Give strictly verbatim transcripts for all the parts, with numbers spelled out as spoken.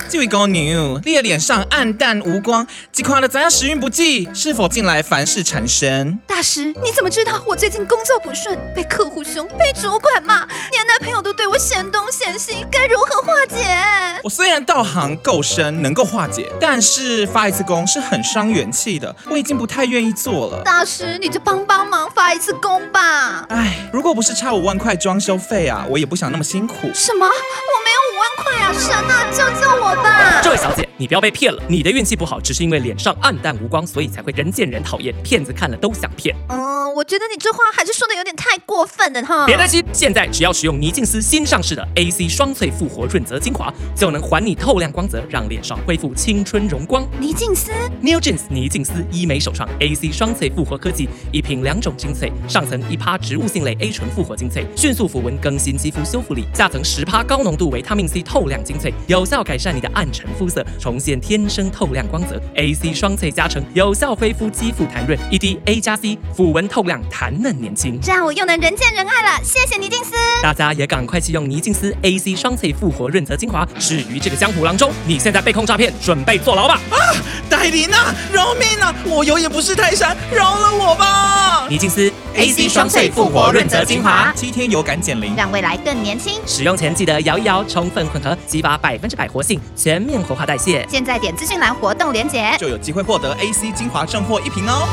这位公牛，你的脸上暗淡无光，即看了怎样时运不济，是否近来凡事缠身？ 大师，你怎么知道我最近工作不顺，被客户凶，被主管骂，连男朋友都对我嫌东嫌西，该如何化解？ 我虽然道行够深，能够化解，但是发一次工是很伤元气的，我已经不太愿意做了。 大师，你就帮帮忙发一次工吧。 唉，如果不是差五万块装修费啊，我也不想那么辛苦。 什么？我没有五万块啊！神啊，救救我吧！ 这位小姐，你不要被骗了，你的运气不好，只是因为脸上暗淡无光，所以才会人见人讨厌，骗子看了都想骗。 嗯，我觉得你这话还是说的有点太过分了哈。 别担心，现在只要使用霓净思新上市的 A C 双萃复活润泽精华，就能还你透亮光泽，让脸上恢复青春荣光。 霓净思 NeoGens 霓净思医美首创 A C 双萃复活科技，一瓶两种精粹，上层一趴植物性类 A 醇复活精粹，迅速抚纹更新肌肤修复力；下层十趴高浓度维他命 C 透亮精粹，有效改善你的暗沉肤色，重现天生透亮光泽。A C 双萃加成，有效恢复肌肤弹润，一滴 A 加 C， 抚纹透亮，弹嫩年轻。 这样我又能人见人爱了，谢谢霓净思。 大家也赶快去用霓净思 A C 双萃复活润泽精华，止于这个江湖郎中。你现在被控诈骗，准备坐牢吧！ 啊，戴琳啊，饶命啊！我有眼不识泰山，饶了我吧！ 霓净思 A C 双萃复活润泽精华， 七天有感减龄， 让未来更年轻。 使用前记得摇一摇，充分混合，激发百分之百活性，全面活化代谢。 现在点资讯栏活动连结， 就有机会获得 A C 精华正货一瓶哦。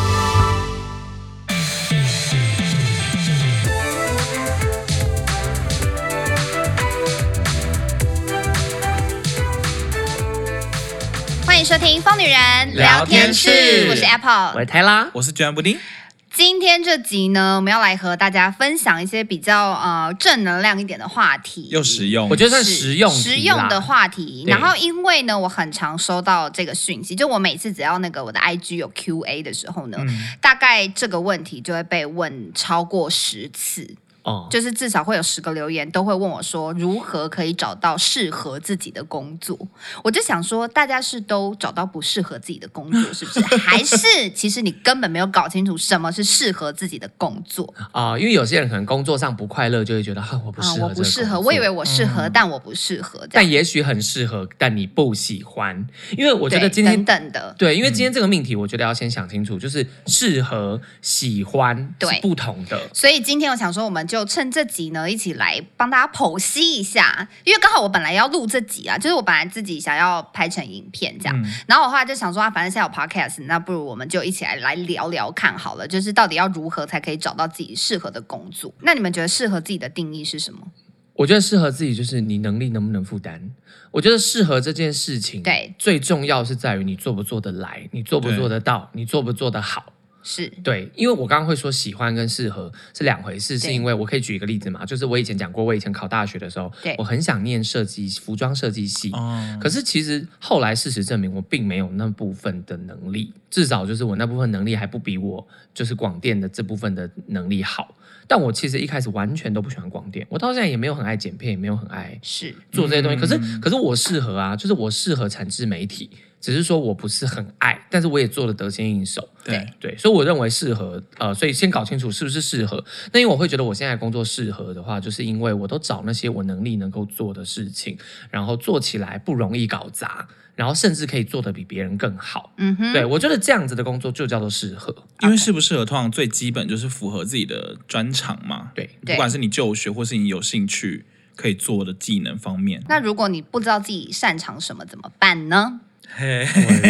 欢迎收听疯女人聊天室我是 Apple， 我是泰拉， 我是居然布丁。 今天这集呢，我们要来和大家分享一些比较呃正能量一点的话题， 又实用， 我觉得算实用实用的话题。 对然后因为呢，我很常收到这个讯息，就我每次只要那个我的 I G 有 Q A 的时候呢， 嗯大概这个问题就会被问超过十次。 哦， 就是至少会有十个留言都会问我说，如何可以找到适合自己的工作？我就想说，大家是都找到不适合自己的工作，是不是？还是其实你根本没有搞清楚什么是适合自己的工作啊、呃，因为有些人可能工作上不快乐，就会觉得哈、啊，我不适合、 啊，我不适合，我以为我适合，嗯、但我不适合。 但也许很适合，但你不喜欢。因为我觉得今天等等的， 对，因为今天这个命题，我觉得要先想清楚，就是适合、喜欢是不同的。 所以今天我想说，我们就趁这集呢，一起来帮大家剖析一下，因为刚好我本来要录这集啊，就是我本来自己想要拍成影片这样，嗯、然后我后来就想说啊，反正现在有 podcast， 那不如我们就一起来来聊聊看好了，就是到底要如何才可以找到自己适合的工作？那你们觉得适合自己的定义是什么？ 我觉得适合自己就是你能力能不能负担。我觉得适合这件事情， 对， 最重要是在于你做不做得来，你做不做得到，你做不做得好。 是对，因为我刚刚会说喜欢跟适合是两回事，是因为我可以举一个例子嘛，就是我以前讲过，我以前考大学的时候，我很想念设计服装设计系，哦、可是其实后来事实证明我并没有那部分的能力，至少就是我那部分能力还不比我就是广电的这部分的能力好。但我其实一开始完全都不喜欢广电，我到现在也没有很爱剪片，也没有很爱是做这些东西。 嗯、 可是可是我适合啊，就是我适合产制媒体。只是说我不是很爱，但是我也做得得心应手。 对对，所以我认为适合，呃，所以先搞清楚是不是适合。那因为我会觉得我现在工作适合的话，就是因为我都找那些我能力能够做的事情，然后做起来不容易搞砸，然后甚至可以做得比别人更好。嗯哼，对，我觉得这样子的工作就叫做适合。 因为适不适合，通常最基本就是符合自己的专长嘛。 对， 不管是你就学或是你有兴趣可以做的技能方面。 那如果你不知道自己擅长什么怎么办呢？ 嘿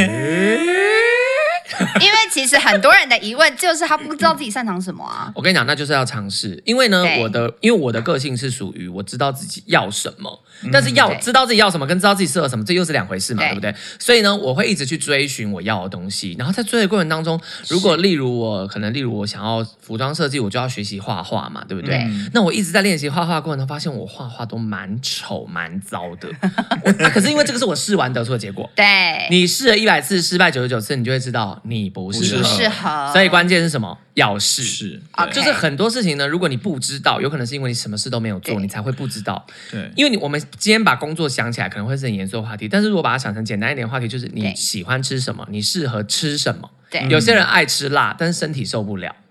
因为其实很多人的疑问就是他不知道自己擅长什么啊。 我跟你讲，那就是要尝试。因为呢，我的因为我的个性是属于我知道自己要什么，嗯、但是要知道自己要什么跟知道自己适合什么，这又是两回事嘛， 对, 对不对？所以呢，我会一直去追寻我要的东西，然后在追的过程当中，如果例如我可能例如我想要服装设计，我就要学习画画嘛，对不对？嗯、那我一直在练习画画过程中，发现我画画都蛮丑蛮糟的。啊、可是因为这个是我试完得出的结果， 对， 你试了一百次，失败九十九次，你就会知道你不适合。 不适合， 所以关键是什么？要试。 是， 就是很多事情呢，如果你不知道，有可能是因为你什么事都没有做，你才会不知道。 对， 因为你我们今天把工作想起来可能会是很严肃的话题，但是如果把它想成简单一点的话题，就是你喜欢吃什么，你适合吃什么。 对， 有些人爱吃辣，但是身体受不了。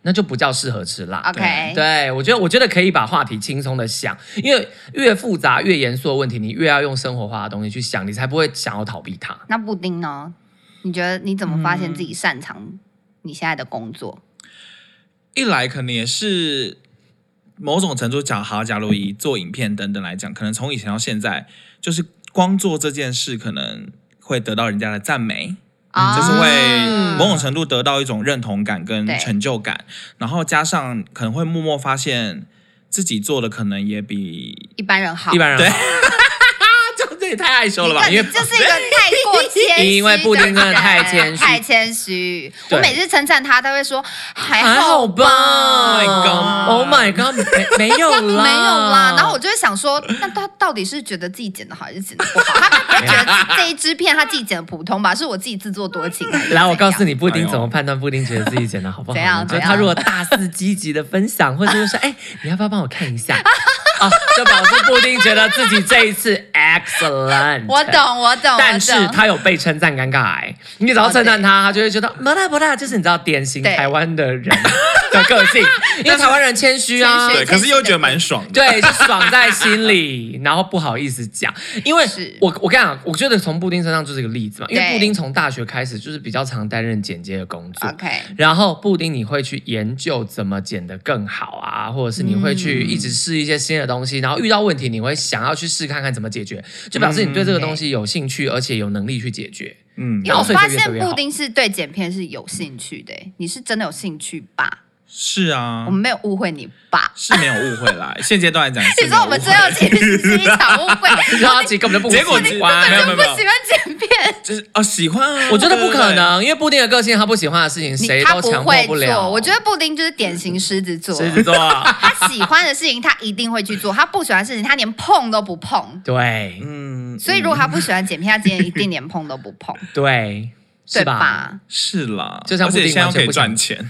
那就不叫适合吃辣。 OK， 对，我觉得我觉得可以把话题轻松的想，因为越复杂越严肃的问题，你越要用生活化的东西去想，你才不会想要逃避它。 那布丁呢？你觉得你怎么发现自己擅长你现在的工作？嗯、 一来可能也是某种程度讲，好，假如以做影片等等来讲，可能从以前到现在，就是光做这件事，可能会得到人家的赞美。嗯、就是会某种程度得到一种认同感跟成就感，然后加上可能会默默发现自己做的可能也比一般人好， 一般人好。 这也太害羞了吧？ 因为这是一个太过谦虚， 因为布丁真的太谦虚， 太谦虚。我每次称赞他，他会说还好吧。 Oh my god！Oh my god！ 没没有啦， 没有啦。然后我就会想说，那他到底是觉得自己剪的好还是剪的不好？他不会觉得这一支片他自己剪的普通吧？是我自己自作多情。 来，我告诉你，布丁怎么判断布丁觉得自己剪的好不好？ 怎样？ 就他如果大肆积极的分享，或者是说，哎，你要不要帮我看一下？啊，就表示布丁觉得自己这一次 excellent。 我懂，我懂。 但是他有被称赞尴尬癌，你只要称赞他，他就会觉得不啦不啦，就是你知道典型台湾的人的个性，因为台湾人谦虚啊， 对，可是又觉得蛮爽的， 对，就爽在心里，然后不好意思讲。因为我我跟你讲，我觉得从布丁身上就是一个例子嘛，因为布丁从大学开始就是比较常担任剪接的工作 ，OK， 然后布丁你会去研究怎么剪得更好啊，或者是你会去一直试一些新的东西，然后遇到问题你会想要去试看看怎么解决，就表示你对这个东西有兴趣，而且有能力去解决。 嗯，因为我发现布丁是对剪片是有兴趣的，你是真的有兴趣吧？ 是啊， 我们没有误会你吧？ 是没有误会啦，现阶段来讲， 你说我们最后其实是一场误会， 然后其实根本就不结果你根本就不喜欢剪片， 就是哦喜欢啊， 我觉得不可能，因为布丁的个性，他不喜欢的事情谁都强迫不了。 我觉得布丁就是典型狮子座， 狮子座， 他喜欢的事情他一定会去做，他不喜欢的事情他连碰都不碰。 对， 嗯，所以如果他不喜欢剪片，他今天一定连碰都不碰。 对，是吧？ 是啦， 就像布丁现在可以赚钱。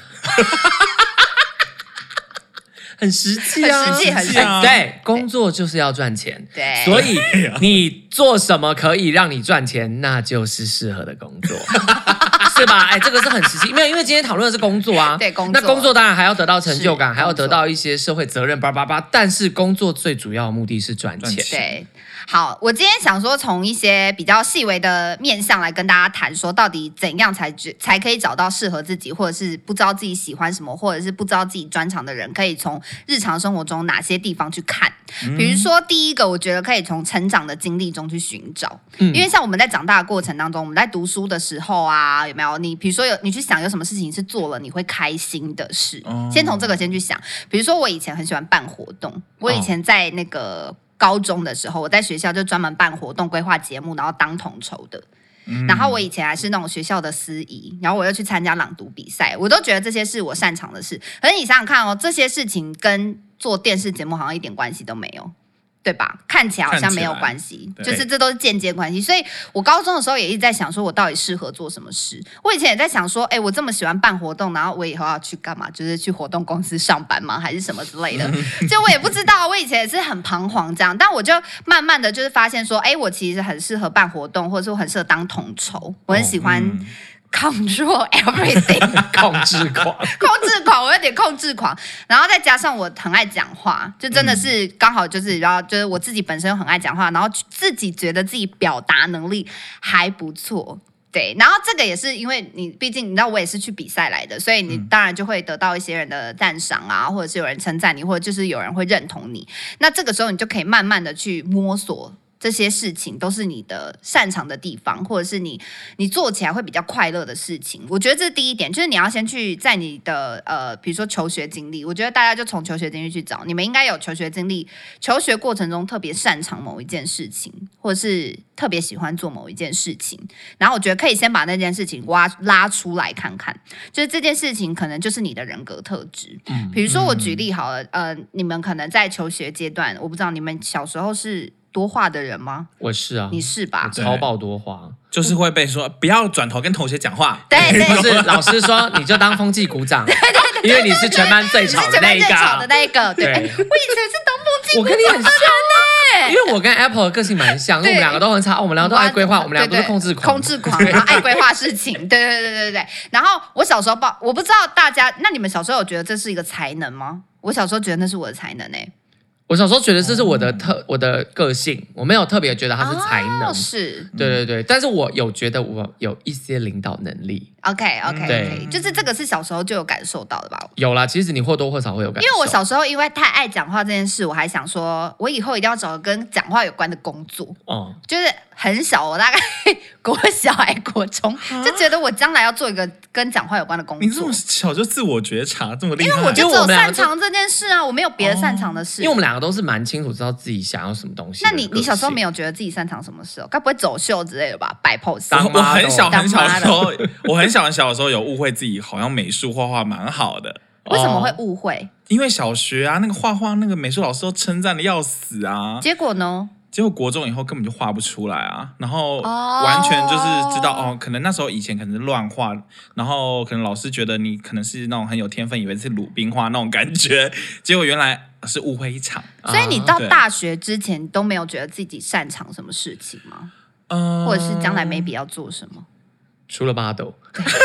很实际啊， 很实际，很实际。 对，工作就是要赚钱， 对， 所以你做什么可以让你赚钱，那就是适合的工作，是吧？哎，这个是很实际，没有，因为今天讨论的是工作啊， 对，工作， 那工作当然还要得到成就感，还要得到一些社会责任，叭叭叭。但是工作最主要的目的是赚钱， 对。好，我今天想说，从一些比较细微的面向来跟大家谈，说到底怎样才才可以找到适合自己，或者是不知道自己喜欢什么，或者是不知道自己专长的人，可以从日常生活中哪些地方去看。嗯、比如说，第一个，我觉得可以从成长的经历中去寻找，嗯、因为像我们在长大的过程当中，我们在读书的时候啊，有没有你？比如说有你去想有什么事情是做了你会开心的事，哦、先从这个先去想。比如说，我以前很喜欢办活动，我以前在那个。高中的时候，我在学校就专门办活动、规划节目，然后当统筹的。嗯、然后我以前还是那种学校的司仪，然后我又去参加朗读比赛，我都觉得这些是我擅长的事。可是你想想看哦，这些事情跟做电视节目好像一点关系都没有。对吧？看起来好像没有关系，就是这都是间接关系。所以我高中的时候也一直在想，说我到底适合做什么事。我以前也在想说，哎，我这么喜欢办活动，然后我以后要去干嘛？就是去活动公司上班吗？还是什么之类的？就我也不知道。我以前也是很彷徨这样，但我就慢慢的就是发现说，哎，我其实很适合办活动，或者是我很适合当统筹，我很喜欢。哦嗯Control everything， 控制狂， 控制狂，我有点控制狂，然后再加上我很爱讲话，就真的是刚好就是，然后就是我自己本身又很爱讲话，然后自己觉得自己表达能力还不错，对，然后这个也是因为你，毕竟你知道我也是去比赛来的，所以你当然就会得到一些人的赞赏啊，或者是有人称赞你，或者就是有人会认同你，那这个时候你就可以慢慢的去摸索。这些事情都是你的擅长的地方，或者是你你做起来会比较快乐的事情。我觉得这是第一点，就是你要先去在你的呃，比如说求学经历，我觉得大家就从求学经历去找，你们应该有求学经历，求学过程中特别擅长某一件事情，或者是特别喜欢做某一件事情，然后我觉得可以先把那件事情挖拉出来看看，就是这件事情可能就是你的人格特质。嗯，比如说我举例好了，呃，你们可能在求学阶段，我不知道你们小时候是。多话的人吗？ 我是啊， 你是吧？ 超爆多话， 就是会被说不要转头跟同学讲话。 对对， 就是老师说你就当风纪鼓掌，对对对，因为你是全班最吵的那一个。 最吵的那一个，对。我以前是当风纪鼓掌， 我跟你很像耶！ 因为我跟 Apple 的个性蛮像，因为我们两个都很差，我们两个都爱规划，我们两个都是控制狂， 控制狂，然后爱规划事情。对对对对对。然后我小时候不，我不知道大家，那你们小时候有觉得这是一个才能吗？我小时候觉得那是我的才能诶、欸。 我小时候觉得这是我的特、哦、我的个性，我没有特别觉得它是才能， 哦、是， 对对对，但是我有觉得我有一些领导能力。 OK OK OK，、嗯、就是这个是小时候就有感受到的吧？ 有啦，其实你或多或少会有感受。 因为我小时候因为太爱讲话这件事，我还想说，我以后一定要找个跟讲话有关的工作。哦，就是很小，我大概国小还国中，就觉得我将来要做一个跟讲话有关的工作。 你这么小就自我觉察，这么厉害？ 因为我就只有擅长这件事啊，我没有别的擅长的事。 因为我们两个都是蛮清楚知道自己想要什么东西。 那你你小时候没有觉得自己擅长什么事哦？该不会走秀之类的吧？摆 pose。 我很小很小的时候，我很小很小的时候有误会自己好像美术画画蛮好的。 为什么会误会？哦、 因为小学啊，那个画画那个美术老师都称赞的要死啊。 结果呢？ 结果国中以后根本就画不出来啊，然后完全就是知道 哦, 哦，可能那时候以前可能是乱画，然后可能老师觉得你可能是那种很有天分，以为是鲁冰花那种感觉，结果原来是误会一场。 所以你到大学之前都没有觉得自己擅长什么事情吗？嗯，或者是将来maybe要做什么？ 除了 model，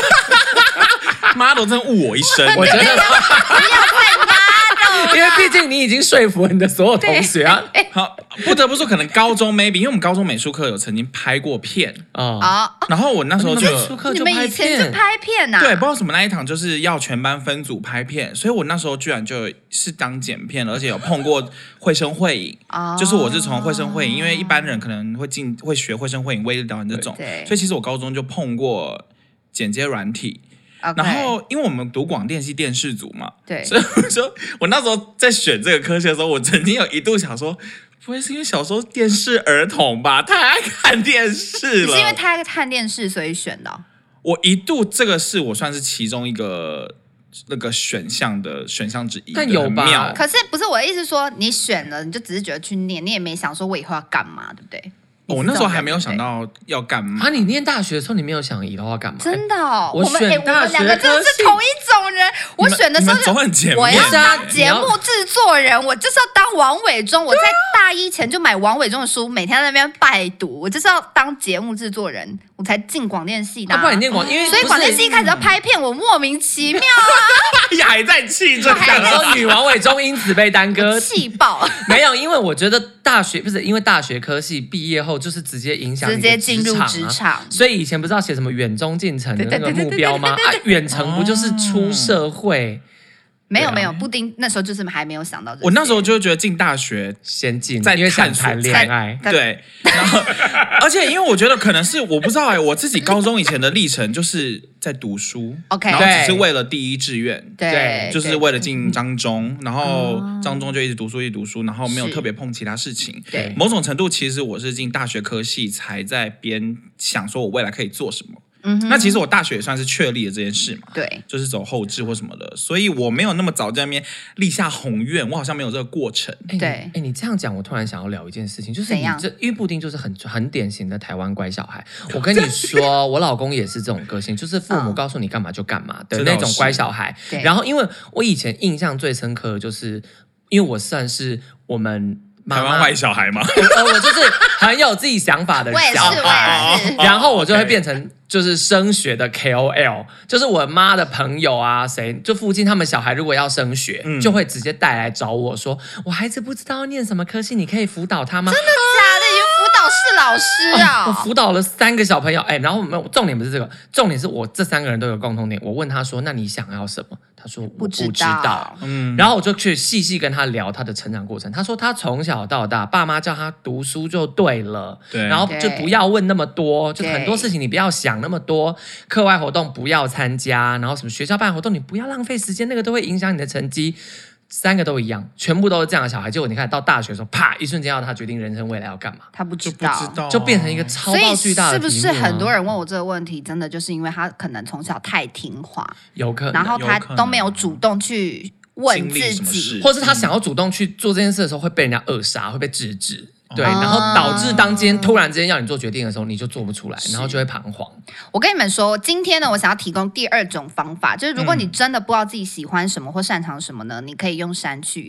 model 真误我一生， 我觉得不要再 model， 因为毕竟你已经说服你的所有同学啊。 好，不得不说，可能高中 maybe， 因为我们高中美术课有曾经拍过片啊，哦、然后我那时候就美术课就拍片，你们以前就拍片啊？ 对，不知道什么那一堂就是要全班分组拍片，所以我那时候居然就是当剪片了，而且有碰过绘声绘影，哦、就是我是从绘声绘影，因为一般人可能会进会学绘声绘影、微电导演这种，所以其实我高中就碰过剪接软体。Okay. 然后，因为我们读广电系电视组嘛， 对， 所以我说，我那时候在选这个科系的时候，我曾经有一度想说，不会是因为小时候电视儿童吧，太爱看电视了， 是因为太爱看电视所以选的、哦。 我一度这个是我算是其中一个那个选项的选项之一， 但有吧？ 可是不是我的意思说，你选了，你就只是觉得去念，你也没想说我以后要干嘛，对不对？ 我、哦、那时候还没有想到要干嘛啊！你念大学的时候，你没有想以后要干嘛？ 真的、哦， 我选大学、欸、我们两个真的是同一种人。我选的时候，我要当节目制作人，我就是要当王伟忠。我在大一前就买王伟忠的书，每天在那边拜读。我就是要当节目制作人，我才进广电系的、啊。 啊、不然你念广，因为所以广电系一开始要拍片，我莫名其妙啊！ 也还在气着， 想说女王伟忠因此被耽搁， 气爆。 没有，因为我觉得大学不是因为大学科系毕业后就是直接影响。 直接进入职场， 所以以前不是要写什么远中近程的那个目标吗？啊，远程不就是出社会？ 没有没有，布丁那时候就是还没有想到这些。 我那时候就觉得进大学先进， 在因为想谈恋爱， 对。然后，而且因为我觉得可能是我不知道哎、欸，我自己高中以前的历程就是在读书 ，OK， 然后只是为了第一志愿， 对， 就是为了进彰中，然后彰中就一直读书一直读书，然后没有特别碰其他事情。 对， 某种程度其实我是进大学科系才在边想说我未来可以做什么。嗯、那其实我大学也算是确立了这件事嘛， 对， 就是走后制或什么的，所以我没有那么早在那边立下宏愿，我好像没有这个过程。 欸、对，哎、欸，你这样讲，我突然想要聊一件事情，就是你这因为布丁就是很很典型的台湾乖小孩。我跟你说，我老公也是这种个性，就是父母告诉你干嘛就干嘛的那种乖小孩。然后，因为我以前印象最深刻的就是，因为我算是我们。 台湾坏小孩吗？ 呃，我就是很有自己想法的小孩，然后我就会变成就是升学的 K O L， 就是我妈的朋友啊，谁就附近他们小孩如果要升学，嗯、就会直接带来找我说，我孩子不知道念什么科系，你可以辅导他吗？ 真的假的？你辅导室老师啊？ 我辅导了三个小朋友，哎，然后没有重点不是这个，重点是我这三个人都有共同点。我问他说，那你想要什么？他说我不知道，知道嗯，然后我就去细细跟他聊他的成长过程。他说他从小到大，爸妈叫他读书就对了， 对， 然后就不要问那么多，就很多事情你不要想那么多，课外活动不要参加，然后什么学校办活动你不要浪费时间，那个都会影响你的成绩。三个都一样，全部都是这样的小孩。结果你看到大学的时候，啪，一瞬间要他决定人生未来要干嘛， 他不知道， 就不知道， 就变成一个超爆巨大的题目、啊。 是不是很多人问我这个问题，真的就是因为他可能从小太听话， 有可能， 然后他都没有主动去问自己， 或是他想要主动去做这件事的时候，会被人家扼杀，会被制止。对，然后导致当今天突然之间要你做决定的时候，你就做不出来，然后就会彷徨。 我跟你们说，今天呢，我想要提供第二种方法，就是如果你真的不知道自己喜欢什么或擅长什么呢，你可以用删去法。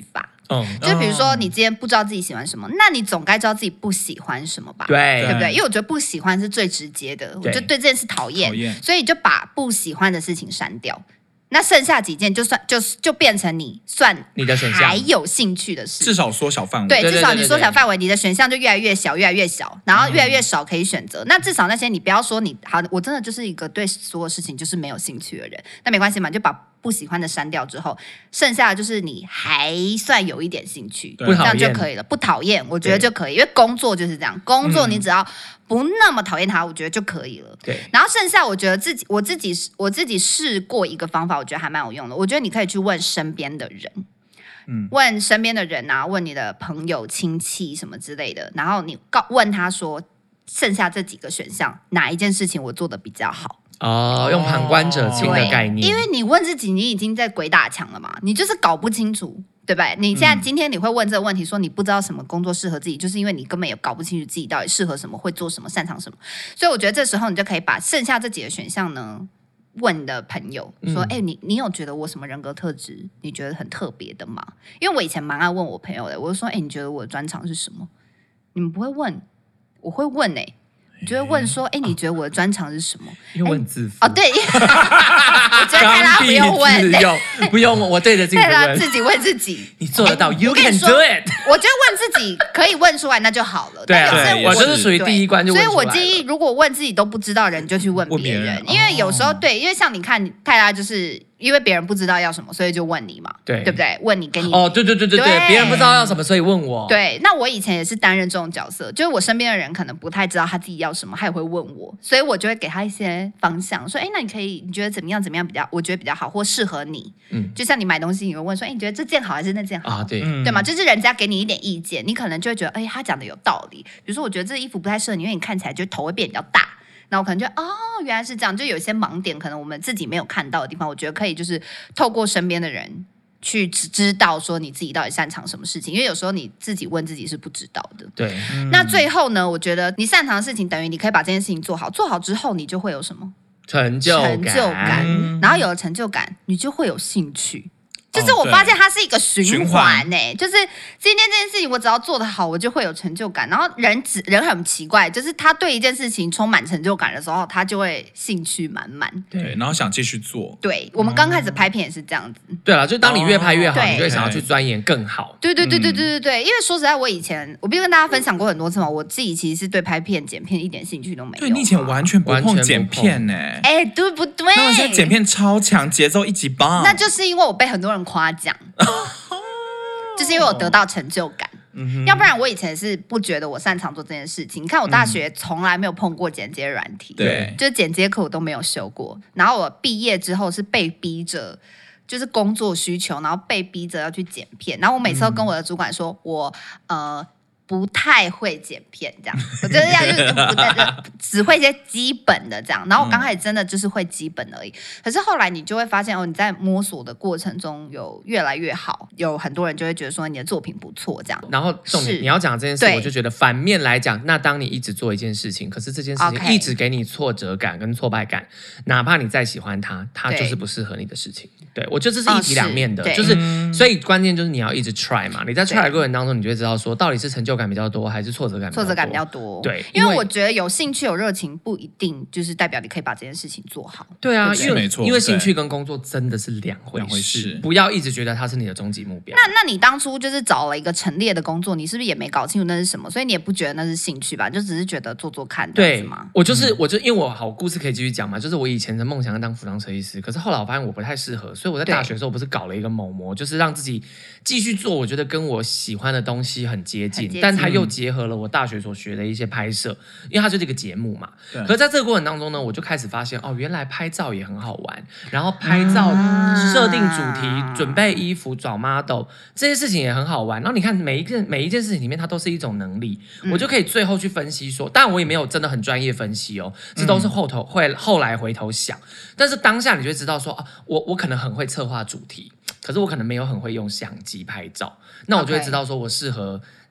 嗯， 就比如说你今天不知道自己喜欢什么，那你总该知道自己不喜欢什么吧？ 对， 对不对？因为我觉得不喜欢是最直接的，我就对这件事讨厌， 讨厌所以就把不喜欢的事情删掉。那剩下几件就算就就变成你算你的选项还有兴趣的事， 至少缩小范围。 对， 对对至少你对对缩小范围，你的选项就越来越小，越来越小，然后越来越少可以选择。嗯、那至少那些你不要说你好，我真的就是一个对所有事情就是没有兴趣的人，那没关系嘛，就把不喜欢的删掉之后，剩下的就是你还算有一点兴趣，这样就可以了。不讨厌，我觉得就可以，因为工作就是这样，工作你只要不那么讨厌它，我觉得就可以了。 对， 然后剩下我觉得自己我自己我自己试过一个方法，我觉得还蛮有用的。我觉得你可以去问身边的人。嗯、问身边的人啊，问你的朋友、亲戚什么之类的，然后你告问他说，剩下这几个选项哪一件事情我做的比较好？ 哦，用旁观者清的概念， 因为你问自己，你已经在鬼打墙了嘛，你就是搞不清楚，对吧？你现在、嗯、今天你会问这个问题，说你不知道什么工作适合自己，就是因为你根本也搞不清楚自己到底适合什么，会做什么，擅长什么。所以我觉得这时候你就可以把剩下这几个选项呢，问你的朋友说：“哎、嗯欸，你你有觉得我什么人格特质你觉得很特别的吗？”因为我以前蛮爱问我朋友的，我就说：“哎、欸，你觉得我的专长是什么？”你们不会问，我会问哎、欸。你就会问说，哎、欸，你觉得我的专长是什么？ 因为问自负、 欸、哦，对，我觉得大家不用问， 不用我对着镜子问， 自己问自己， 你做得到、欸、，You can do it。 我觉得问自己可以问出来，那就好了。 对啊， 对， 我就是属于第一关就问出来了。 所以我建议，如果问自己都不知道的人，就去问别人，人因为有时候、哦、对，因为像你看泰拉就是。因为别人不知道要什么，所以就问你嘛，对对不对？问你跟你哦，对对对对对，别人不知道要什么，所以问我。 对，那我以前也是担任这种角色，就是我身边的人可能不太知道他自己要什么，他也会问我，所以我就会给他一些方向，说，哎，那你可以，你觉得怎么样？怎么样比较？我觉得比较好，或适合你。嗯，就像你买东西，你会问说，哎，你觉得这件好还是那件好？ 啊，对， 对吗？就是人家给你一点意见，你可能就会觉得，哎，他讲的有道理。比如说，我觉得这衣服不太适合你，因为你看起来就头会变比较大。那我可能就哦，原来是这样，就有一些盲点，可能我们自己没有看到的地方，我觉得可以就是透过身边的人去知道说你自己到底擅长什么事情，因为有时候你自己问自己是不知道的。 对，嗯、 那最后呢，我觉得你擅长的事情，等于你可以把这件事情做好，做好之后你就会有什么成就感， 成就感，嗯、然后有了成就感，你就会有兴趣。就是我发现它是一个循环呢、欸，就是今天这件事情我只要做得好，我就会有成就感。然后人只人很奇怪，就是他对一件事情充满成就感的时候，他就会兴趣满满。 对，然后想继续做。 对，我们刚开始拍片也是这样子。 对了，就当你越拍越好，哦、你就会想要去钻研更好。 对对对对对对对，因为说实在，我以前我不是跟大家分享过很多次嘛，我自己其实是对拍片、剪片一点兴趣都没有。 对，你以前完全不碰剪片呢、欸？ 哎，对不对？ 那我现在剪片超强，节奏一级棒。 那就是因为我被很多人夸奖。就是因为我得到成就感，嗯、要不然我以前是不觉得我擅长做这件事情。你看我大学从来没有碰过剪接软体， 对、嗯， 就是剪接课我都没有修过。然后我毕业之后是被逼着，就是工作需求，然后被逼着要去剪片。然后我每次都跟我的主管说，我呃。不太会剪片，这样，我就是要就是不太只会一些基本的这样。然后我刚开始真的就是会基本而已，可是后来你就会发现哦，你在摸索的过程中有越来越好，有很多人就会觉得说你的作品不错这样。 然后重点你要讲这件事，我就觉得反面来讲，那当你一直做一件事情，可是这件事情一直给你挫折感跟挫败感， okay. 哪怕你再喜欢它，它就是不适合你的事情。对，我觉得这是一体两面的，哦、是就是、嗯、所以关键就是你要一直 try 嘛。你在 try 的过程当中，你就会知道说到底是成就感比较多还是挫折感比较多？ 挫折感比较多。 对， 因为我觉得有兴趣有热情不一定就是代表你可以把这件事情做好。 对啊， 因为因为兴趣跟工作真的是两回事， 回事不要一直觉得它是你的终极目标。 那那你当初就是找了一个陈列的工作，你是不是也没搞清楚那是什么？所以你也不觉得那是兴趣吧？就只是觉得做做看这样子吗？ 对，我就是、嗯、我就因为我好故事可以继续讲嘛，就是我以前的梦想要当服装设计师，可是后来我发现我不太适合，所以我在大学的时候不是搞了一个某模，就是让自己继续做我觉得跟我喜欢的东西很接近，接近但它又结合了我大学所学的一些拍摄，因为它就是一个节目嘛。可是在这个过程当中呢，我就开始发现哦，原来拍照也很好玩，然后拍照设定主题、啊、准备衣服、找 model 这些事情也很好玩。然后你看每一件每一件事情里面，它都是一种能力，嗯、我就可以最后去分析说，当然我也没有真的很专业分析哦，这都是后头会后来回头想，但是当下你就会知道说，啊、我我可能很会策划主题。可是我可能没有很会用相机拍照，那我就会知道说我适合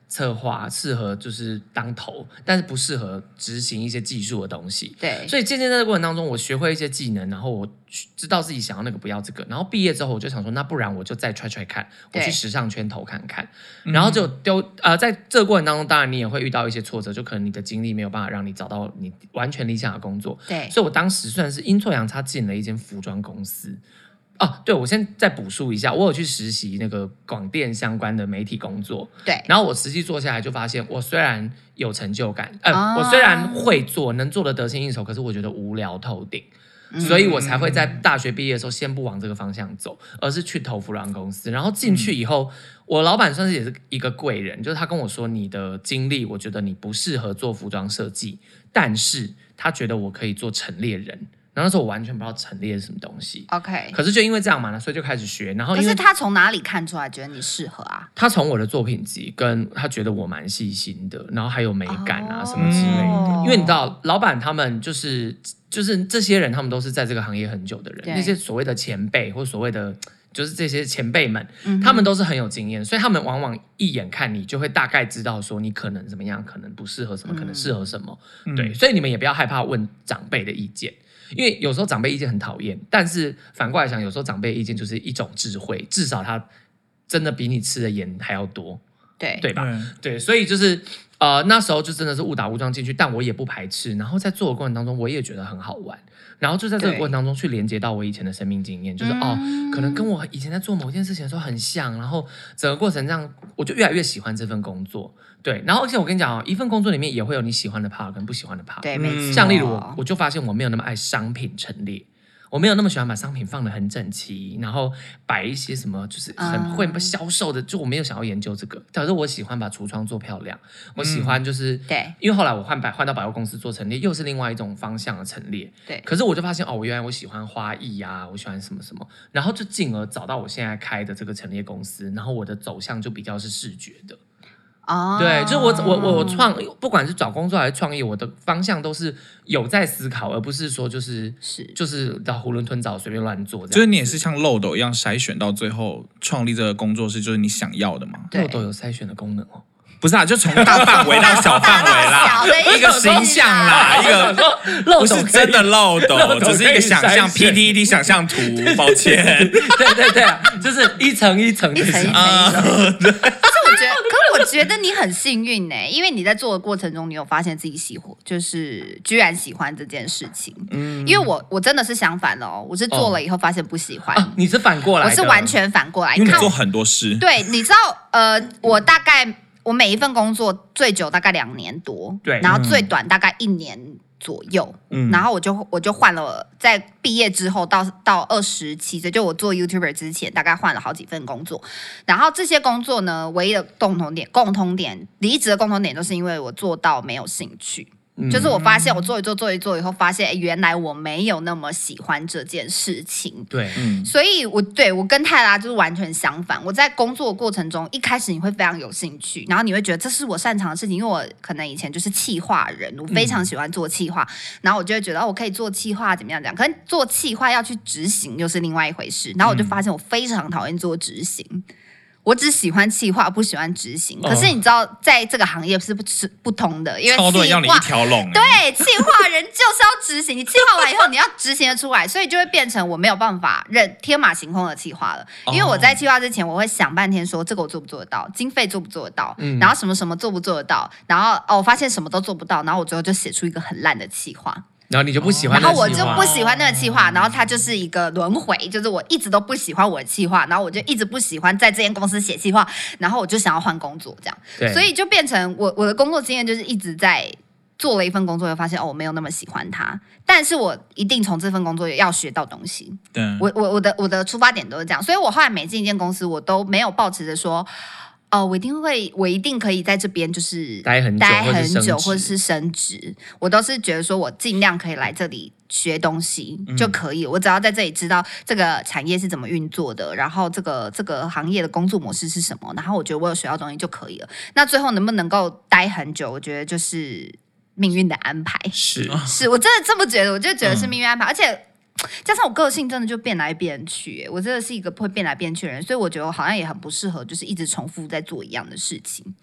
策划，适合就是当头，但是不适合执行一些技术的东西。 对， 所以渐渐在这个过程当中，我学会一些技能，然后我知道自己想要那个不要这个，然后毕业之后我就想说，那不然我就再 try try 看，我去时尚圈投看看，然后就丢呃，在这个过程当中，当然你也会遇到一些挫折，就可能你的经历没有办法让你找到你完全理想的工作。 对， 所以我当时算是阴错阳差进了一间服装公司。哦，对，我先再补述一下，我有去实习那个广电相关的媒体工作， 对， 然后我实际做下来就发现，我虽然有成就感，呃， 哦、 我虽然会做，能做的得心应手，可是我觉得无聊透顶，嗯、所以我才会在大学毕业的时候先不往这个方向走，而是去投服装公司，然后进去以后，嗯、我老板算是也是一个贵人，就是他跟我说，你的经历，我觉得你不适合做服装设计，但是他觉得我可以做陈列人。然后那时候我完全不知道陈列是什么东西 ，OK， 可是就因为这样嘛，所以就开始学。然后因为可是他从哪里看出来觉得你适合啊？ 他从我的作品集跟他觉得我蛮细心的，然后还有美感啊、oh, 什么之类的。因为你知道，老板他们就是就是这些人，他们都是在这个行业很久的人，那些所谓的前辈或所谓的就是这些前辈们，嗯、他们都是很有经验，所以他们往往一眼看你就会大概知道说你可能怎么样，可能不适合什么，嗯、可能适合什么。嗯、对，所以你们也不要害怕问长辈的意见。因为有时候长辈意见很讨厌，但是反过来想，有时候长辈意见就是一种智慧，至少他真的比你吃的盐还要多， 对对吧？对，所以就是呃那时候就真的是误打误撞进去，但我也不排斥，然后在做的过程当中，我也觉得很好玩，然后就在这个过程当中去连接到我以前的生命经验，就是、嗯、哦，可能跟我以前在做某件事情的时候很像，然后整个过程这样，我就越来越喜欢这份工作。对，然后而且我跟你讲哦，一份工作里面也会有你喜欢的 part 跟不喜欢的 part。 对，没错。 像例如我，我就发现我没有那么爱商品陈列，我没有那么喜欢把商品放得很整齐，然后摆一些什么就是很会销售的，嗯、就我没有想要研究这个。可是我喜欢把橱窗做漂亮，我喜欢就是、嗯、 对， 因为后来我换百换到百货公司做陈列，又是另外一种方向的陈列。 对， 可是我就发现哦，我原来我喜欢花艺啊，我喜欢什么什么，然后就进而找到我现在开的这个陈列公司，然后我的走向就比较是视觉的。 Oh. 对，就是我我我我创，不管是找工作还是创业，我的方向都是有在思考，而不是说就是是就是囫囵吞枣随便乱做。 就是你也是像漏斗一样筛选到最后创立这个工作室，就是你想要的吗？ 漏斗有筛选的功能哦。 不是啊，就从大范围到小范围啦，一个形象啦，一个不是真的漏斗，只是一个想象 P P T 想象图，抱歉。 对对对啊，就是一层一层一层一层一层。可是我觉得，可是我觉得你很幸运呢，因为你在做的过程中，你有发现自己喜欢，就是居然喜欢这件事情。嗯，因为我我真的是相反哦，我是做了以后发现不喜欢。 你是反过来， 我是完全反过来， 因为你做很多事。 对，你知道，呃，我大概。我每一份工作最久大概两年多， 对， 然后最短大概一年左右，嗯，然后我就我就换了，在毕业之后到到二十七岁，就我做 YouTuber 之前，大概换了好几份工作，然后这些工作呢，唯一的共同点，共通点，离职的共同点，就是因为我做到没有兴趣。就是我发现我做一做做一做以后，发现原来我没有那么喜欢这件事情。 对， 嗯，所以我对我跟泰拉就是完全相反。我在工作的过程中，一开始你会非常有兴趣，然后你会觉得这是我擅长的事情，因为我可能以前就是企划人，我非常喜欢做企划，嗯、然后我就会觉得、哦、我可以做企划怎么样怎么样。可是做企划要去执行又是另外一回事，然后我就发现我非常讨厌做执行。我只喜欢企划，不喜欢执行。可是你知道，在这个行业是不不同的，因为超多人要你一条龙。 对，企划人就是要执行，你企划完以后你要执行得出来，所以就会变成我没有办法认天马行空的企划了。因为我在企划之前，我会想半天说这个我做不做得到，经费做不做得到，嗯、然后什么什么做不做得到，然后哦我发现什么都做不到，然后我最后就写出一个很烂的企划。 然后你就不喜欢那个企划， 然后我就不喜欢那个企划，然后它就是一个轮回，就是我一直都不喜欢我的企划，然后我就一直不喜欢在这间公司写企划，然后我就想要换工作，这样，所以就变成我我的工作经验就是一直在做了一份工作，又发现哦我没有那么喜欢它，但是我一定从这份工作要学到东西。 对， 我我我的我的出发点都是这样，所以我后来每进一间公司，我都没有抱持着说。哦，我一定会，我一定可以在这边就是待很久， 待很久，或者是升职。我都是觉得说我尽量可以来这里学东西就可以了。嗯、我只要在这里知道这个产业是怎么运作的，然后这个这个行业的工作模式是什么，然后我觉得我有学到东西就可以了。那最后能不能够待很久，我觉得就是命运的安排。 是， 是我真的这么觉得，我就觉得是命运安排，嗯、而且。加上我个性真的就变来变去，我真的是一个会变来变去的人，所以我觉得我好像也很不适合，就是一直重复在做一样的事情。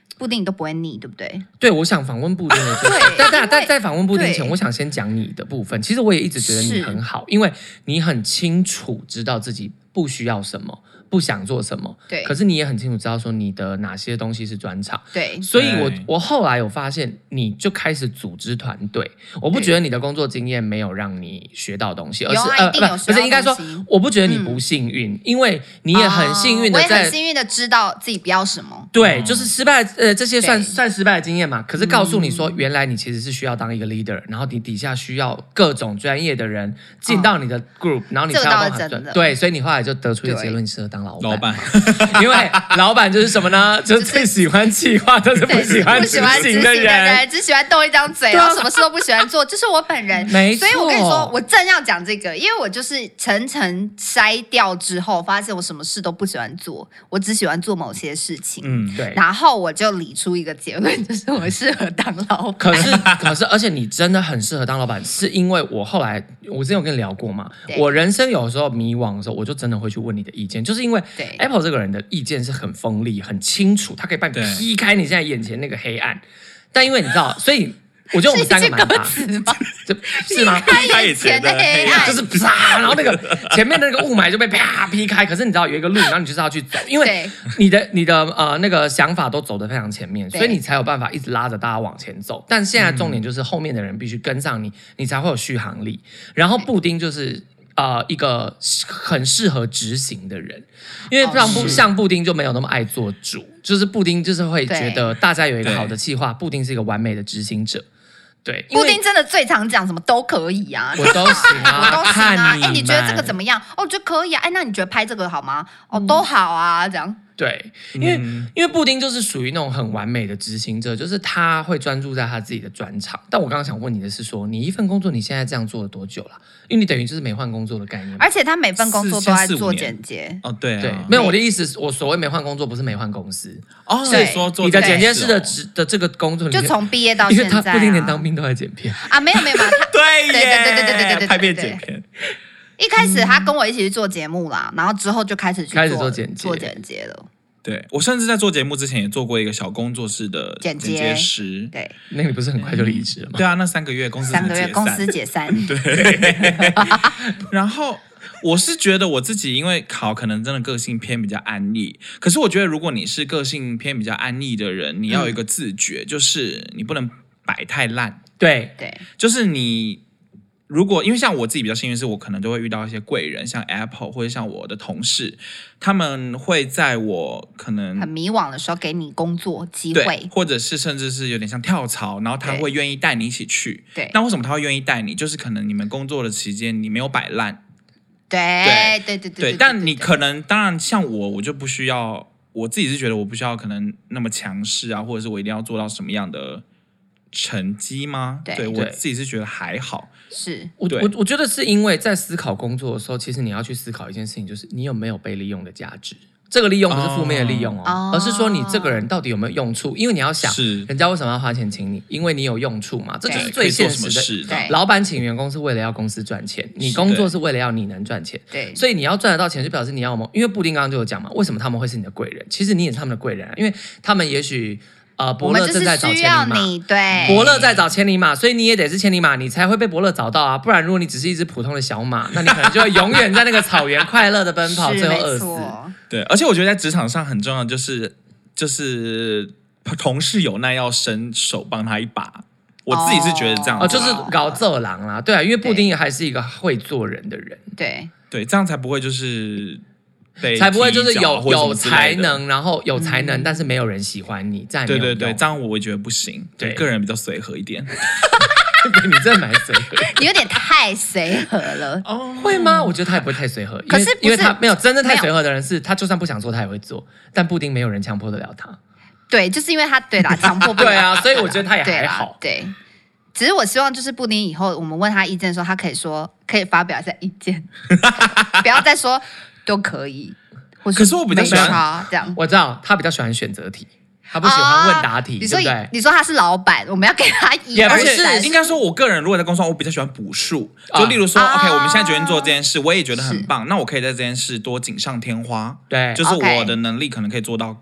布丁你都不会腻，对不对？ 对，我想访问布丁的就是，但但但在访问布丁前，我想先讲你的部分。其实我也一直觉得你很好，因为你很清楚知道自己不需要什么。不想做什么， 对， 可是你也很清楚知道说你的哪些东西是专长， 对， 所以我我后来有发现，你就开始组织团队。我不觉得你的工作经验没有让你学到东西，而是呃不不是应该说，我不觉得你不幸运，嗯、因为你也很幸运的在， 我也很幸运的知道自己不要什么， 对，就是失败呃这些算算失败的经验嘛。可是告诉你说，原来你其实是需要当一个 leader， 然后你底下需要各种专业的人进到你的 group，、哦、然后你才有办法对对，所以你后来就得出一个结论，你适合当老板。 老板因为老板就是什么呢？就是最喜欢企划，但是不喜欢执行的人， 只喜欢动一张嘴，然后什么事都不喜欢做，就是我本人。 没错， 所以我跟你说，我正要讲这个，因为我就是层层筛掉之后，发现我什么事都不喜欢做，我只喜欢做某些事情。 嗯，对。 然后我就理出一个结论，就是我适合当老板。 可是，可是，而且你真的很适合当老板，是因为我后来，我之前有跟你聊过嘛？我人生有时候迷惘的时候，我就真的会去问你的意见，就是因为 Apple 这个人的意见是很锋利、很清楚，他可以帮你劈开你现在眼前那个黑暗。但因为你知道，所以我觉得我们三个蛮大，是吗？ 劈开眼前的黑暗， 就是啪，然后那个前面的那个雾霾就被啪劈开。可是你知道有一个路，然后你就是要去走，因为你的你的呃那个想法都走得非常前面，所以你才有办法一直拉着大家往前走。但现在重点就是后面的人必须跟上你，你才会有续航力。然后布丁就是。呃，一个很适合执行的人，因为像布、哦、像布丁就没有那么爱做主，就是布丁就是会觉得大家有一个好的企划，布丁是一个完美的执行者。对， 布丁真的最常讲什么都可以啊， 我都行啊， 我都行啊。哎， 你你觉得这个怎么样？哦，我觉得可以啊。哎，那你觉得拍这个好吗？哦，嗯、都好啊，这样。 对，因为、嗯、因为布丁就是属于那种很完美的执行者，就是他会专注在他自己的专长。但我刚刚想问你的是说，你一份工作你现在这样做了多久了？因为你等于就是没换工作的概念， 而且他每份工作都在做剪接。 哦，对啊， 对，没有我的意思，我所谓没换工作不是没换公司哦，所以说做你的剪接师的职的这个工作， 就从毕业到现在、啊， 因为他布丁连当兵都在剪片啊，没有没有没有， 对耶， 对对对对对对对， 拍片剪片。 一开始他跟我一起去做节目啦，然后之后就开始去开始做剪接做剪接了。 对，我甚至在做节目之前也做过一个小工作室的剪接师。 对， 那你不是很快就离职了吗？ 对啊，那三个月公司三个月公司解散。 对，然后我是觉得我自己因为考可能真的个性偏比较安逸，可是我觉得如果你是个性偏比较安逸的人，你要有一个自觉，嗯、就是你不能摆太烂。 对对， 就是你。如果因为像我自己比较幸运，是我可能都会遇到一些贵人，像 Apple 或者像我的同事，他们会在我可能很迷惘的时候给你工作机会， 或者是甚至是有点像跳槽，然后他会愿意带你一起去。 对， 那为什么他会愿意带你？就是可能你们工作的期间你没有摆烂。 对对对对对，但你可能当然像我，我就不需要，我自己是觉得我不需要可能那么强势啊，或者是我一定要做到什么样的成绩吗？ 对， 对我自己是觉得还好。 是我我我觉得是因为在思考工作的时候，其实你要去思考一件事情，就是你有没有被利用的价值。这个利用不是负面的利用哦，哦而是说你这个人到底有没有用处？因为你要想，人家为什么要花钱请你？因为你有用处嘛，这就是最现实的。老板请员工是为了要公司赚钱，你工作是为了要你能赚钱。 对， 所以你要赚得到钱，就表示你要么，因为布丁刚刚就有讲嘛，为什么他们会是你的贵人？其实你也是他们的贵人啊，因为他们也许。呃，伯乐正在找千里马， 对， 伯乐在找千里马，所以你也得是千里马，你才会被伯乐找到啊！不然，如果你只是一只普通的小马，那你可能就会永远在那个草原快乐的奔跑，最后饿死。 对，而且我觉得在职场上很重要的就是，就是同事有难要伸手帮他一把。我自己是觉得这样子， 哦，就是搞这狼啦，对啊，因为布丁也还是一个会做人的人， 对对，这样才不会就是。 才不会就是有有才能，然后有才能，嗯、但是没有人喜欢你，这样对对对，这样我会觉得不行。对，个人比较随和一点。 你真的蛮随和， 你有点太随和了。 哦，会吗？我觉得他也不会太随和， 可是因为他没有真正太随和的人是，他就算不想做，他也会做。但布丁没有人强迫得了他。 对，就是因为他对啦，强迫不了。 对啊，所以我觉得他也还好。 对。只是我希望就是布丁以后我们问他意见的时候，他可以说可以发表一下意见，不要再说都可以。是可是我比较喜欢这样， 我知道他比较喜欢选择题，他不喜欢问答题， 哦、你说对不对？ 你说他是老板，我们要给他一， 而且应该说，我个人如果在公司，我比较喜欢补数，就例如说、啊、，OK， 我们现在决定做这件事，我也觉得很棒，那我可以在这件事多锦上添花， 对， 就是我的能力可能可以做到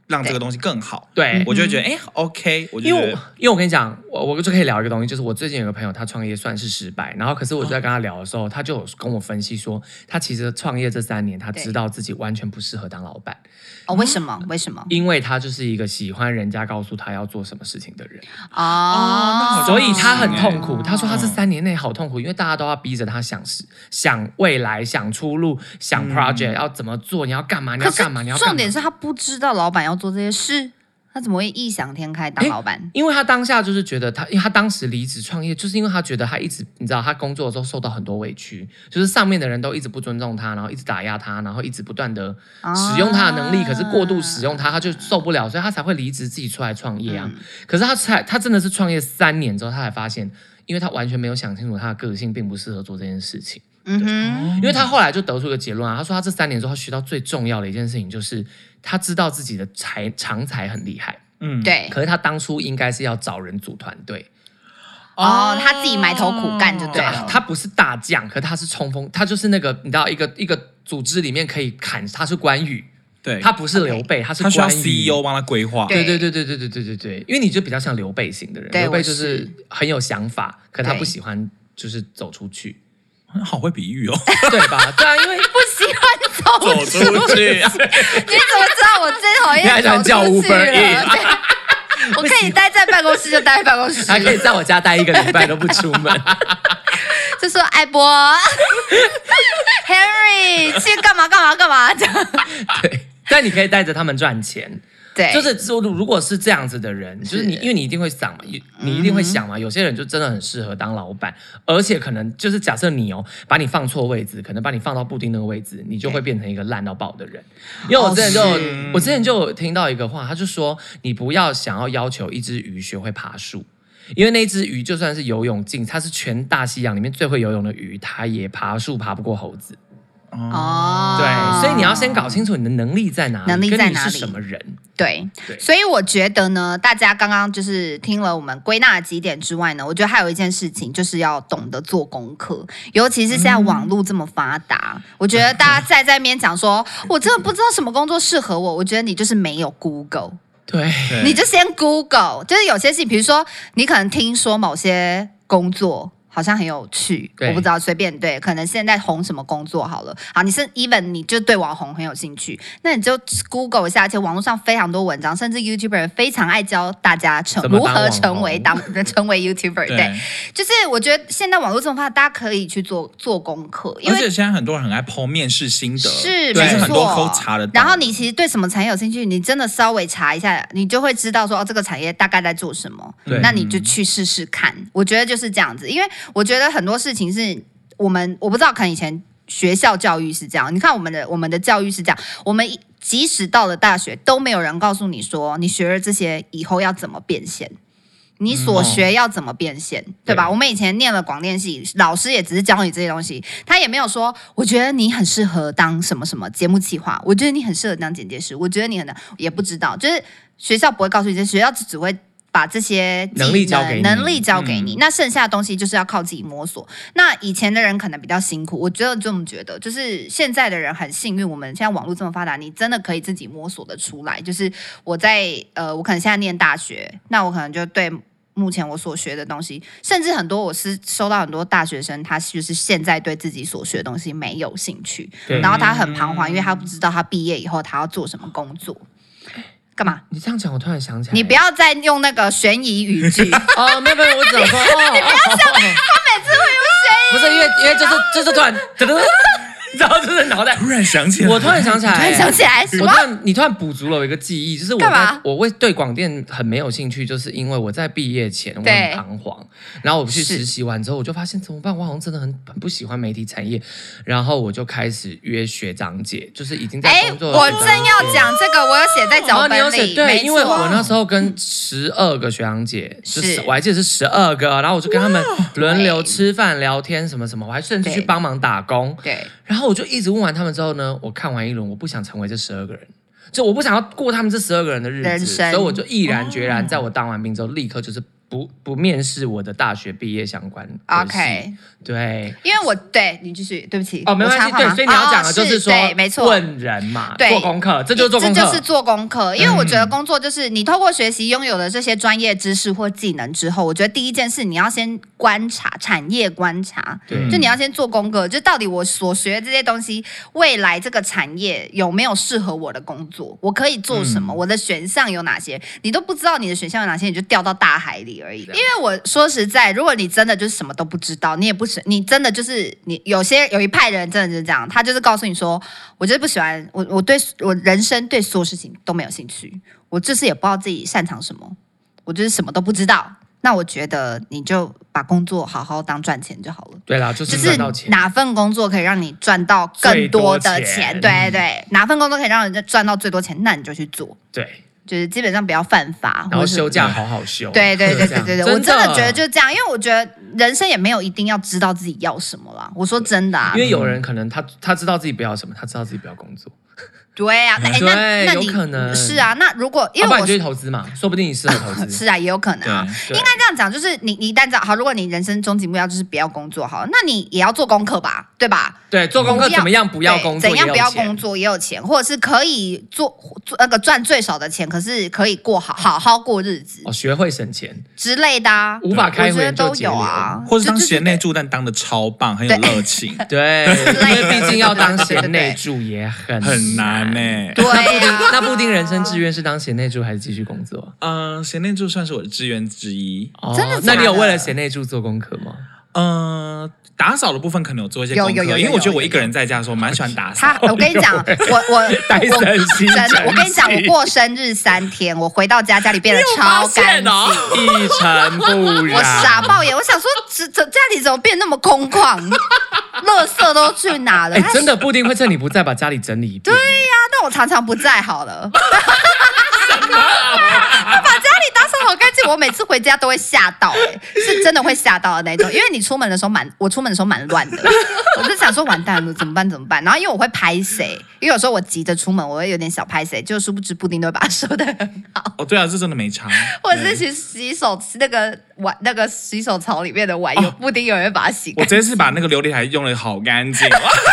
让这个东西更好， 对， 我就会觉得哎、欸、，OK， 我就觉得因为我因为我跟你讲，我我就可以聊一个东西，就是我最近有个朋友，他创业算是失败，然后可是我就在跟他聊的时候，哦、他就有跟我分析说，他其实创业这三年，他知道自己完全不适合当老板。 哦，为什么？为什么？ 因为他就是一个喜欢人家告诉他要做什么事情的人哦， 所以他很痛苦。他说他这三年内好痛苦，因为大家都要逼着他想想未来、想出路、想 project、嗯、要怎么做，你要干嘛？你要干嘛？你要干嘛？ 重点是他不知道老板要做这些事。他怎么会异想天开当老板？ 因为他当下就是觉得他，因为他当时离职创业，就是因为他觉得他一直，你知道，他工作的时候受到很多委屈，就是上面的人都一直不尊重他，然后一直打压他，然后一直不断的使用他的能力，啊、可是过度使用他，他就受不了，所以他才会离职自己出来创业啊。嗯、可是他才，他真的是创业三年之后，他才发现，因为他完全没有想清楚他的个性并不适合做这件事情。嗯哼，因为他后来就得出一个结论啊，他说他这三年之后，他学到最重要的一件事情就是他知道自己的才长才很厉害。 嗯，对。 可是他当初应该是要找人组团队， 哦，他自己埋头苦干就对了。 他不是大将，可是他是冲锋，他就是那个你知道一个一个组织里面可以砍，他是关羽， 对， 他不是刘备， okay, 他是关羽， 他需要 C E O 帮他规划。 对对对对对对对对对，因为你就比较像刘备型的人，刘备就是很有想法，可他不喜欢就是走出去。 好会比喻哦， 对吧？对啊，因为不喜欢走出去。 走出去你怎么知道我最讨厌走出去了？我可以待在办公室就待在办公室， 还可以在我家待一个礼拜都不出门。 就说艾波，Henry 去干嘛干嘛干嘛这样。 对，但你可以带着他们赚钱。 对， 就是说，如果是这样子的人，就是你，因为你一定会想嘛，你一定会想嘛，有些人就真的很适合当老板，而且可能就是假设你哦，把你放错位置，可能把你放到布丁那个位置，你就会变成一个烂到爆的人。因为我之前就、哦、我之前就有听到一个话，他就说，你不要想要要求一只鱼学会爬树。因为那只鱼就算是游泳镜，它是全大西洋里面最会游泳的鱼，它也爬树爬不过猴子。哦，对，所以你要先搞清楚你的能力在哪里， 能力在哪里， 跟你是什么人。 对，对，所以我觉得呢，大家刚刚就是听了我们归纳的几点之外呢，我觉得还有一件事情就是要懂得做功课，尤其是现在网络这么发达，嗯、我觉得大家在在那边讲说，我真的不知道什么工作适合我，我觉得你就是没有 Google。 对， 你就先 Google， 就是有些事情，比如说你可能听说某些工作好像很有趣，我不知道，随便对，可能现在红什么工作好了，好，你是 even 你就对网红很有兴趣，那你就 Google 一下，而且网络上非常多文章，甚至 YouTuber 非常爱教大家成如何成为当成为 YouTuber， 对, 对，就是我觉得现在网络这么发达，大家可以去做做功课，因为而且现在很多人很爱 po 面试心得， 是没错，很多都查得到。 然后你其实对什么产业有兴趣，你真的稍微查一下，你就会知道说哦，这个产业大概在做什么，那你就去试试看。我觉得就是这样子，因为我觉得很多事情是我们我不知道，可能以前学校教育是这样。你看我们的我们的教育是这样，我们即使到了大学，都没有人告诉你说，你学了这些以后要怎么变现，你所学要怎么变现，嗯、对吧？对，我们以前念了广电系，老师也只是教你这些东西，他也没有说，我觉得你很适合当什么什么节目企划，我觉得你很适合当剪接师，我觉得你很也不知道，就是学校不会告诉你这些，学校只会把这些能力交给你， 能力交给你、嗯，那剩下的东西就是要靠自己摸索。那以前的人可能比较辛苦，我觉得这么觉得，就是现在的人很幸运，我们现在网络这么发达，你真的可以自己摸索的出来。就是我在呃，我可能现在念大学，那我可能就对目前我所学的东西，甚至很多我是收到很多大学生，他就是现在对自己所学的东西没有兴趣，然后他很彷徨，因为他不知道他毕业以后他要做什么工作。干嘛？ 你这样讲，我突然想起来， 你不要再用那个悬疑语句哦，没有没有，我只想说，哦、 你不要像、哦、他每次会用悬疑， 不是因为因为就是就是突然，噔噔。然后就是脑袋突然想起来， 我突然想起来， 突然想起来， 我突然你突然补足了我一个记忆，就是我在我为对广电很没有兴趣，就是因为我在毕业前我很彷徨，然后我去实习完之后，我就发现怎么办？我好像真的很很不喜欢媒体产业，然后我就开始约学长姐，就是已经在工作。 我正要讲这个，我有写在脚本里， 哦、你有写对，因为我那时候跟十二个学长姐，是我还记得是十二个，然后我就跟他们轮流吃饭聊天什么什么，我还甚至去帮忙打工， 对， 然后我就一直问完他们之后呢，我看完一轮，我不想成为这十二个人，就我不想要过他们这十二个人的日子，所以我就毅然决然，在我当完兵之后，立刻就是不不面试我的大学毕业相关科系。OK， 对， 因为我对你继续，对不起哦，没关系，对，所以你要讲的就是说， 对，没错， 问人嘛，做功课，这就是做功课， 这就是做功课。因为我觉得工作就是你透过学习拥有的这些专业知识或技能之后，我觉得第一件事你要先观察产业观察，就你要先做功课，就到底我所学的这些东西，未来这个产业有没有适合我的工作，我可以做什么，嗯、我的选项有哪些，你都不知道你的选项有哪些，你就掉到大海里而已。因为我说实在，如果你真的就是什么都不知道，你也不是你真的就是你有些有一派的人真的就是这样，他就是告诉你说，我就是不喜欢我，我对我人生对所有事情都没有兴趣，我就是也不知道自己擅长什么，我就是什么都不知道。那我觉得你就把工作好好当赚钱就好了。 对啦，就是赚到钱。 就是哪份工作可以让你赚到更多的钱？对对对，哪份工作可以让你赚到最多钱，那你就去做。 对。 就是基本上不要犯法， 然后休假好好休。 对对对对对对，我真的觉得就是这样，因为我觉得人生也没有一定要知道自己要什么啦。我说真的啊， 因为有人可能他他知道自己不要什么，他知道自己不要工作。 对啊，那那那你有可能是啊，那如果因为我就是投资嘛，说不定你适合投资。 是啊，也有可能啊。应该这样讲，就是你你一旦知道好，如果你人生终极目标就是不要工作，好，那你也要做功课吧，对吧？ 对，做功课怎么样不要工作， 怎样不要工作也有钱，或者是可以做做那个赚最少的钱，可是可以过好好好过日子。 哦，学会省钱之类的啊， 无法开会都有啊， 或者当贤内助，但当的超棒，很有热情。 对，因为毕竟要当贤内助也很很难呢。 对。 那布丁人生志愿是当贤内助还是继续工作？ 嗯，贤内助算是我的志愿之一。 哦、真的？那你有为了贤内助做功课吗？ 嗯、呃，打扫的部分可能有做一些功课，因为我觉得我一个人在家的时候蛮喜欢打扫。 他，我跟你讲，我我戴森心真， 我跟你讲，我过生日三天，我回到家，家里变得超干净， 一尘不染。 我傻爆眼，我想说，这这家里怎么变那么空旷？垃圾都去哪了？ 哎、欸，真的，布丁会趁你不在把家里整理一遍。 对呀、啊，那我常常不在好了。他把家里打扫好干净，我每次回家都会吓到、欸，哎，是真的会吓到的那种。因为你出门的时候蛮，我出门的时候蛮乱的，我就想说完蛋了，怎么办？怎么办？然后因为我会拍谁，因为有时候我急着出门，我会有点小拍谁，就殊不知布丁都会把它收得很好。 哦，对啊，这真的没差。 或者是洗洗手那个碗，那个洗手槽里面的碗，有布丁有人把它洗干净。 我这次把那个琉璃台用得好干净。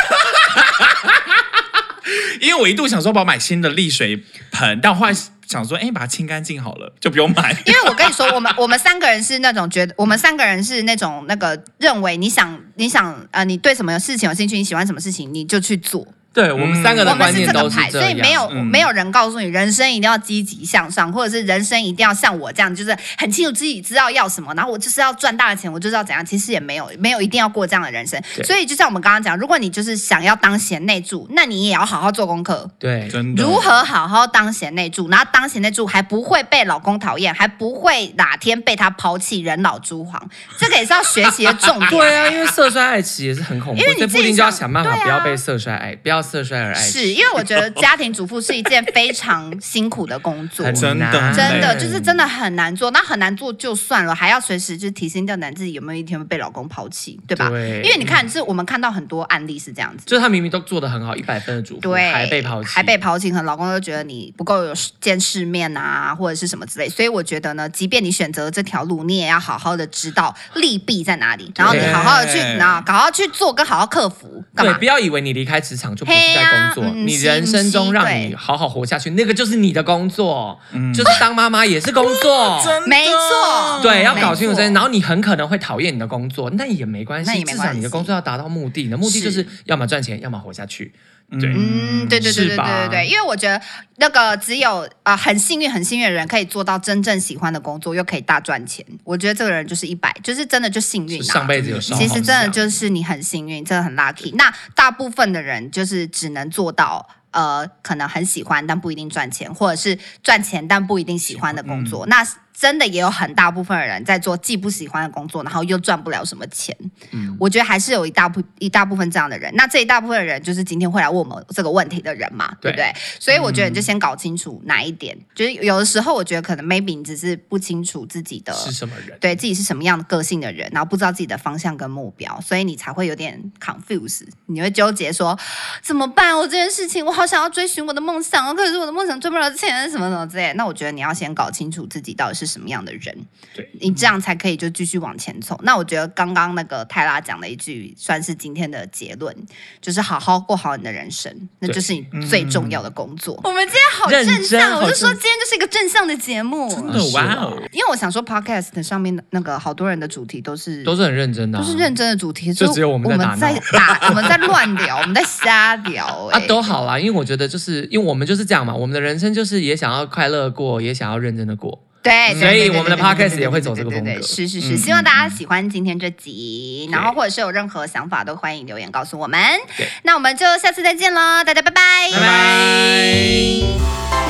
因为我一度想说把我买新的沥水盆，但我后来想说，哎，把它清干净好了，就不用买。 因为我跟你说，我们我们三个人是那种觉得，我们三个人是那种那个认为你想你想呃，你对什么事情有兴趣，你喜欢什么事情，你就去做。 对，我们三个的观念都是这样，所以没有、嗯、没有人告诉你人生一定要积极向上，或者是人生一定要像我这样，就是很清楚自己知道要什么，然后我就是要赚大的钱，我就是要怎样。其实也没有没有一定要过这样的人生。所以就像我们刚刚讲，如果你就是想要当贤内助，那你也要好好做功课。 对， 真的。 如何好好当贤内助，然后当贤内助还不会被老公讨厌，还不会哪天被他抛弃，人老珠黄，这个也是要学习的重点。 对啊，因为色衰爱弛也是很恐怖，所以布丁就要想办法不要被色衰爱，啊、不要色衰而爱弛。 是因为我觉得家庭主妇是一件非常辛苦的工作， 真的真的就是真的很难做。那很难做就算了，还要随时就提心吊胆自己有没有一天会被老公抛弃，对吧？ 对， 因为你看，是我们看到很多案例是这样子， 就是他明明都做得很好，一百分的主妇， 对， 还被抛弃， 还被抛弃，可能老公都觉得你不够有见世面啊，或者是什么之类。所以我觉得呢，即便你选择这条路，你也要好好的知道利弊在哪里，然后你好好的去，然后好好去做，跟好好克服。 对，不要以为你离开职场就不是在工作，啊嗯、你人生中让你好好活下去，那个就是你的工作，嗯、就是当妈妈也是工作， 没错， 对，要搞清楚这些。然后你很可能会讨厌你的工作，那也没关系，至少你的工作要达到目的，你的目的就是要么赚钱，要么活下去。对， 嗯，对对对对对对对，因为我觉得那个只有啊、呃、很幸运很幸运的人可以做到真正喜欢的工作，又可以大赚钱。我觉得这个人就是一百，就是真的就幸运、啊。 上辈子有烧好香， 其实真的就是你很幸运，真的很 lucky。那大部分的人就是只能做到。呃，可能很喜欢，但不一定赚钱，或者是赚钱但不一定喜欢的工作。嗯、那真的也有很大部分的人在做既不喜欢的工作，然后又赚不了什么钱。嗯，我觉得还是有一大部一大部分这样的人。那这一大部分的人，就是今天会来问我们这个问题的人嘛，对, 对不对？所以我觉得你就先搞清楚哪一点。嗯、就是有的时候，我觉得可能 maybe 你只是不清楚自己的是什么人， 对自己是什么样的个性的人，然后不知道自己的方向跟目标，所以你才会有点 confuse， 你会纠结说怎么办？我这件事情我好想要追寻我的梦想，可是我的梦想赚不了钱，什么什么之类的。那我觉得你要先搞清楚自己到底是是什么样的人， 对， 你这样才可以就继续往前走。那我觉得刚刚那个泰拉讲的一句算是今天的结论，就是好好过好你的人生，那就是你最重要的工作。我们今天好正向，我就说今天就是一个正向的节目， 真的哇哦！ 因为我想说 podcast 上面那个好多人的主题都是都是很认真的、啊， 都是认真的主题， 就只有我们在打，我们在乱聊，我们在瞎聊、欸、 啊，都好啦，因为我觉得就是因为我们就是这样嘛，我们的人生就是也想要快乐过，也想要认真的过。 对， 所以我们的 podcast 也会走这个风格。 是是是、嗯，希望大家喜欢今天这集，然后或者是有任何想法都欢迎留言告诉我们。那我们就下次再见喽，大家拜拜， 拜拜。